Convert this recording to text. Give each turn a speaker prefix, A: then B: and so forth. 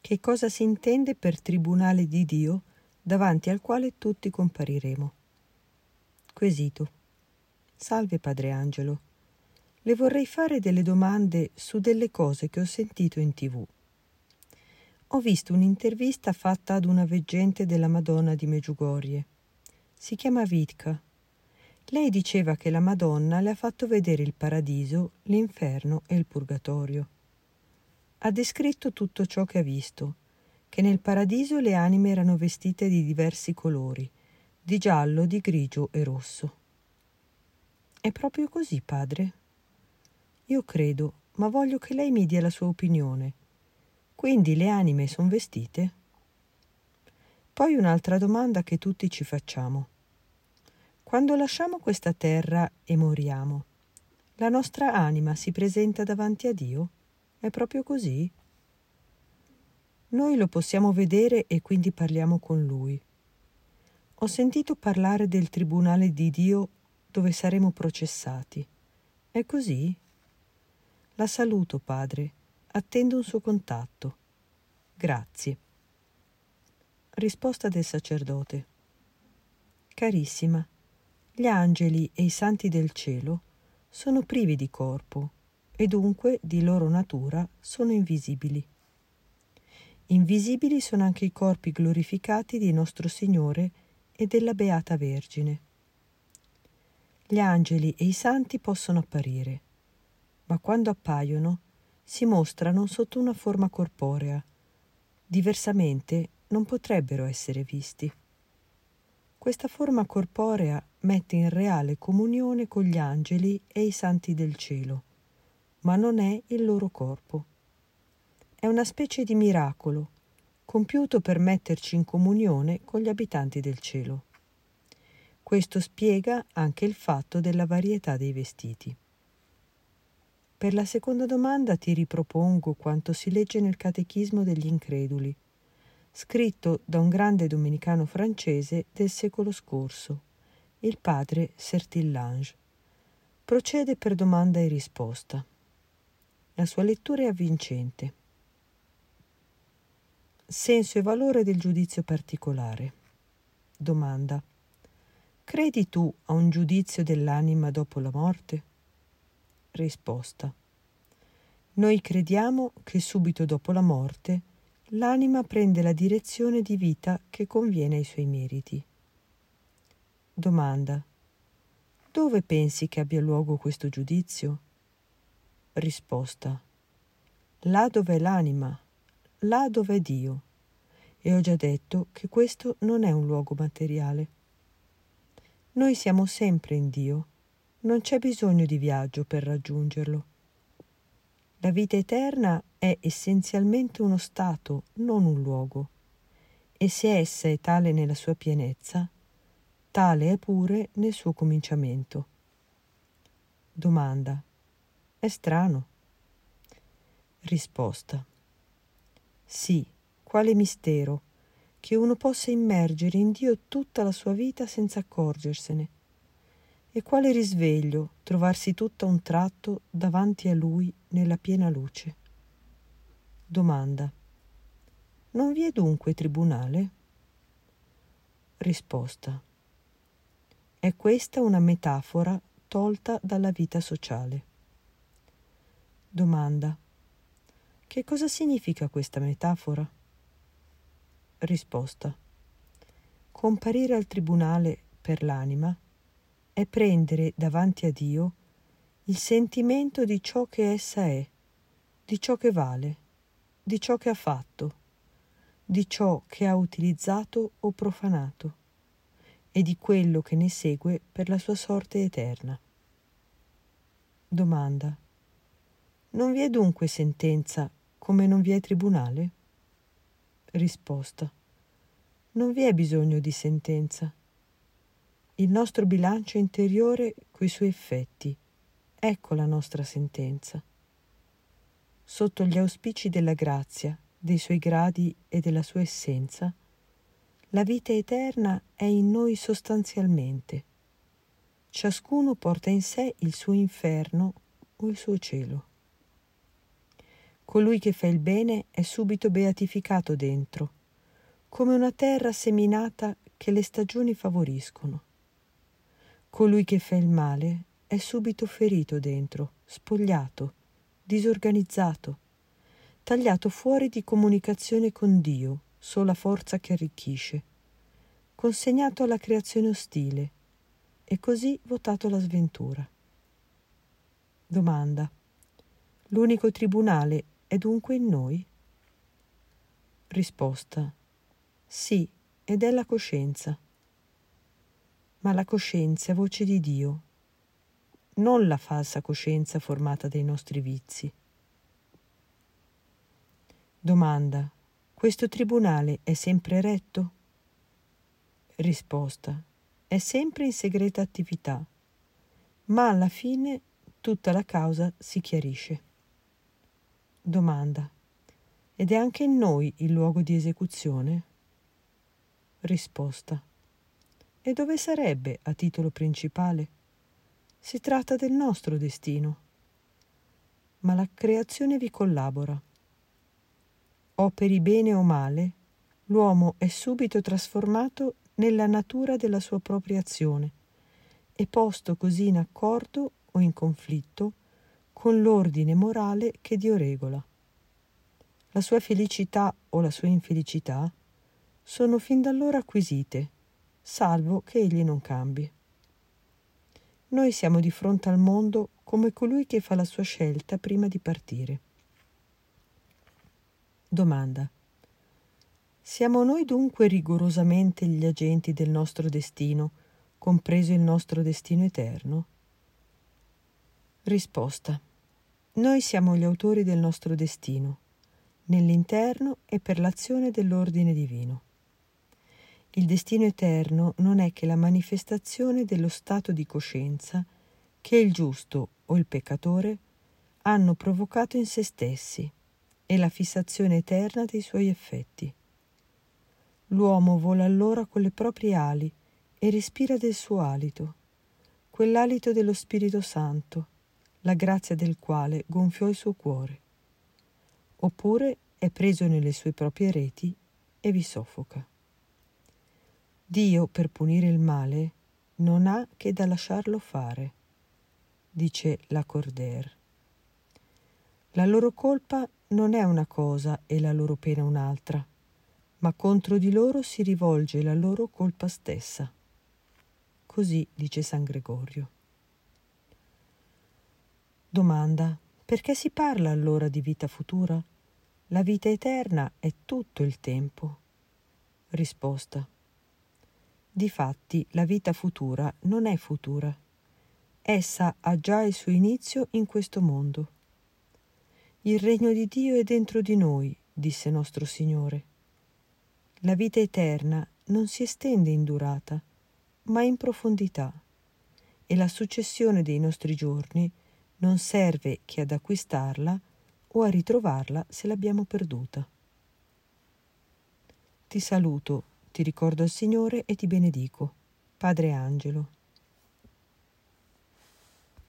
A: Che cosa si intende per tribunale di Dio davanti al quale tutti compariremo? Quesito. Salve Padre Angelo. Le vorrei fare delle domande su delle cose che ho sentito in TV. Ho visto un'intervista fatta ad una veggente della Madonna di Medjugorje. Si chiama Vitka. Lei diceva che la Madonna le ha fatto vedere il paradiso, l'inferno e il purgatorio. Ha descritto tutto ciò che ha visto, che nel paradiso le anime erano vestite di diversi colori, di giallo, di grigio e rosso. È proprio così, padre? Io credo, ma voglio che lei mi dia la sua opinione. Quindi le anime sono vestite? Poi un'altra domanda che tutti ci facciamo. Quando lasciamo questa terra e moriamo, la nostra anima si presenta davanti a Dio? È proprio così? Noi lo possiamo vedere e quindi parliamo con Lui. Ho sentito parlare del tribunale di Dio dove saremo processati. È così? La saluto, padre. Attendo un suo contatto. Grazie. Risposta del sacerdote. Carissima, gli angeli e i santi del cielo sono privi di corpo e dunque di loro natura sono invisibili. Invisibili sono anche i corpi glorificati di nostro Signore e della Beata Vergine. Gli angeli e i santi possono apparire, ma quando appaiono si mostrano sotto una forma corporea. Diversamente non potrebbero essere visti. Questa forma corporea mette in reale comunione con gli angeli e i santi del cielo, ma non è il loro corpo. È una specie di miracolo, compiuto per metterci in comunione con gli abitanti del cielo. Questo spiega anche il fatto della varietà dei vestiti. Per la seconda domanda ti ripropongo quanto si legge nel Catechismo degli Increduli, scritto da un grande domenicano francese del secolo scorso, il padre Sertillange. Procede per domanda e risposta. La sua lettura è avvincente. Senso e valore del giudizio particolare. Domanda. Credi tu a un giudizio dell'anima dopo la morte? Risposta. Noi crediamo che subito dopo la morte l'anima prende la direzione di vita che conviene ai suoi meriti. Domanda. Dove pensi che abbia luogo questo giudizio? Risposta. Là dove è l'anima, là dove è Dio. E ho già detto che questo non è un luogo materiale. Noi siamo sempre in Dio. Non c'è bisogno di viaggio per raggiungerlo. La vita eterna è essenzialmente uno stato, non un luogo. E se essa è tale nella sua pienezza, tale è pure nel suo cominciamento. Domanda. È strano? Risposta. Sì, quale mistero, che uno possa immergere in Dio tutta la sua vita senza accorgersene. E quale risveglio trovarsi tutto a un tratto davanti a Lui nella piena luce. Domanda. Non vi è dunque tribunale? Risposta. È questa una metafora tolta dalla vita sociale. Domanda. Che cosa significa questa metafora? Risposta. Comparire al tribunale per l'anima è prendere davanti a Dio il sentimento di ciò che essa è, di ciò che vale, di ciò che ha fatto, di ciò che ha utilizzato o profanato e di quello che ne segue per la sua sorte eterna. Domanda. Non vi è dunque sentenza come non vi è tribunale? Risposta. Non vi è bisogno di sentenza. Il nostro bilancio interiore coi suoi effetti, ecco la nostra sentenza. Sotto gli auspici della grazia, dei suoi gradi e della sua essenza, la vita eterna è in noi sostanzialmente. Ciascuno porta in sé il suo inferno o il suo cielo. Colui che fa il bene è subito beatificato dentro, come una terra seminata che le stagioni favoriscono. Colui che fa il male è subito ferito dentro, spogliato, disorganizzato, tagliato fuori di comunicazione con Dio, sola forza che arricchisce, consegnato alla creazione ostile e così votato alla sventura. Domanda: l'unico tribunale è dunque in noi? Risposta: sì, ed è la coscienza. Ma la coscienza è voce di Dio, non la falsa coscienza formata dai nostri vizi. Domanda: questo tribunale è sempre retto? Risposta: è sempre in segreta attività, ma alla fine tutta la causa si chiarisce. Domanda: ed è anche in noi il luogo di esecuzione? Risposta: e dove sarebbe a titolo principale? Si tratta del nostro destino. Ma la creazione vi collabora. Operi bene o male, l'uomo è subito trasformato nella natura della sua propria azione e posto così in accordo o in conflitto con l'ordine morale che Dio regola. La sua felicità o la sua infelicità sono fin da allora acquisite, salvo che egli non cambi. Noi siamo di fronte al mondo come colui che fa la sua scelta prima di partire. Domanda: siamo noi dunque rigorosamente gli agenti del nostro destino, compreso il nostro destino eterno? Risposta: noi siamo gli autori del nostro destino, nell'interno e per l'azione dell'ordine divino. Il destino eterno non è che la manifestazione dello stato di coscienza che il giusto o il peccatore hanno provocato in se stessi e la fissazione eterna dei suoi effetti. L'uomo vola allora con le proprie ali e respira del suo alito, quell'alito dello Spirito Santo, la grazia del quale gonfiò il suo cuore. Oppure è preso nelle sue proprie reti e vi soffoca. Dio, per punire il male, non ha che da lasciarlo fare, dice Lacordaire. La loro colpa non è una cosa e la loro pena un'altra, ma contro di loro si rivolge la loro colpa stessa. Così dice San Gregorio. Domanda: perché si parla allora di vita futura? La vita eterna è tutto il tempo. Risposta: difatti la vita futura non è futura. Essa ha già il suo inizio in questo mondo. Il regno di Dio è dentro di noi, disse nostro Signore. La vita eterna non si estende in durata, ma in profondità, e la successione dei nostri giorni non serve che ad acquistarla o a ritrovarla se l'abbiamo perduta. Ti saluto, ti ricordo al Signore e ti benedico. Padre Angelo.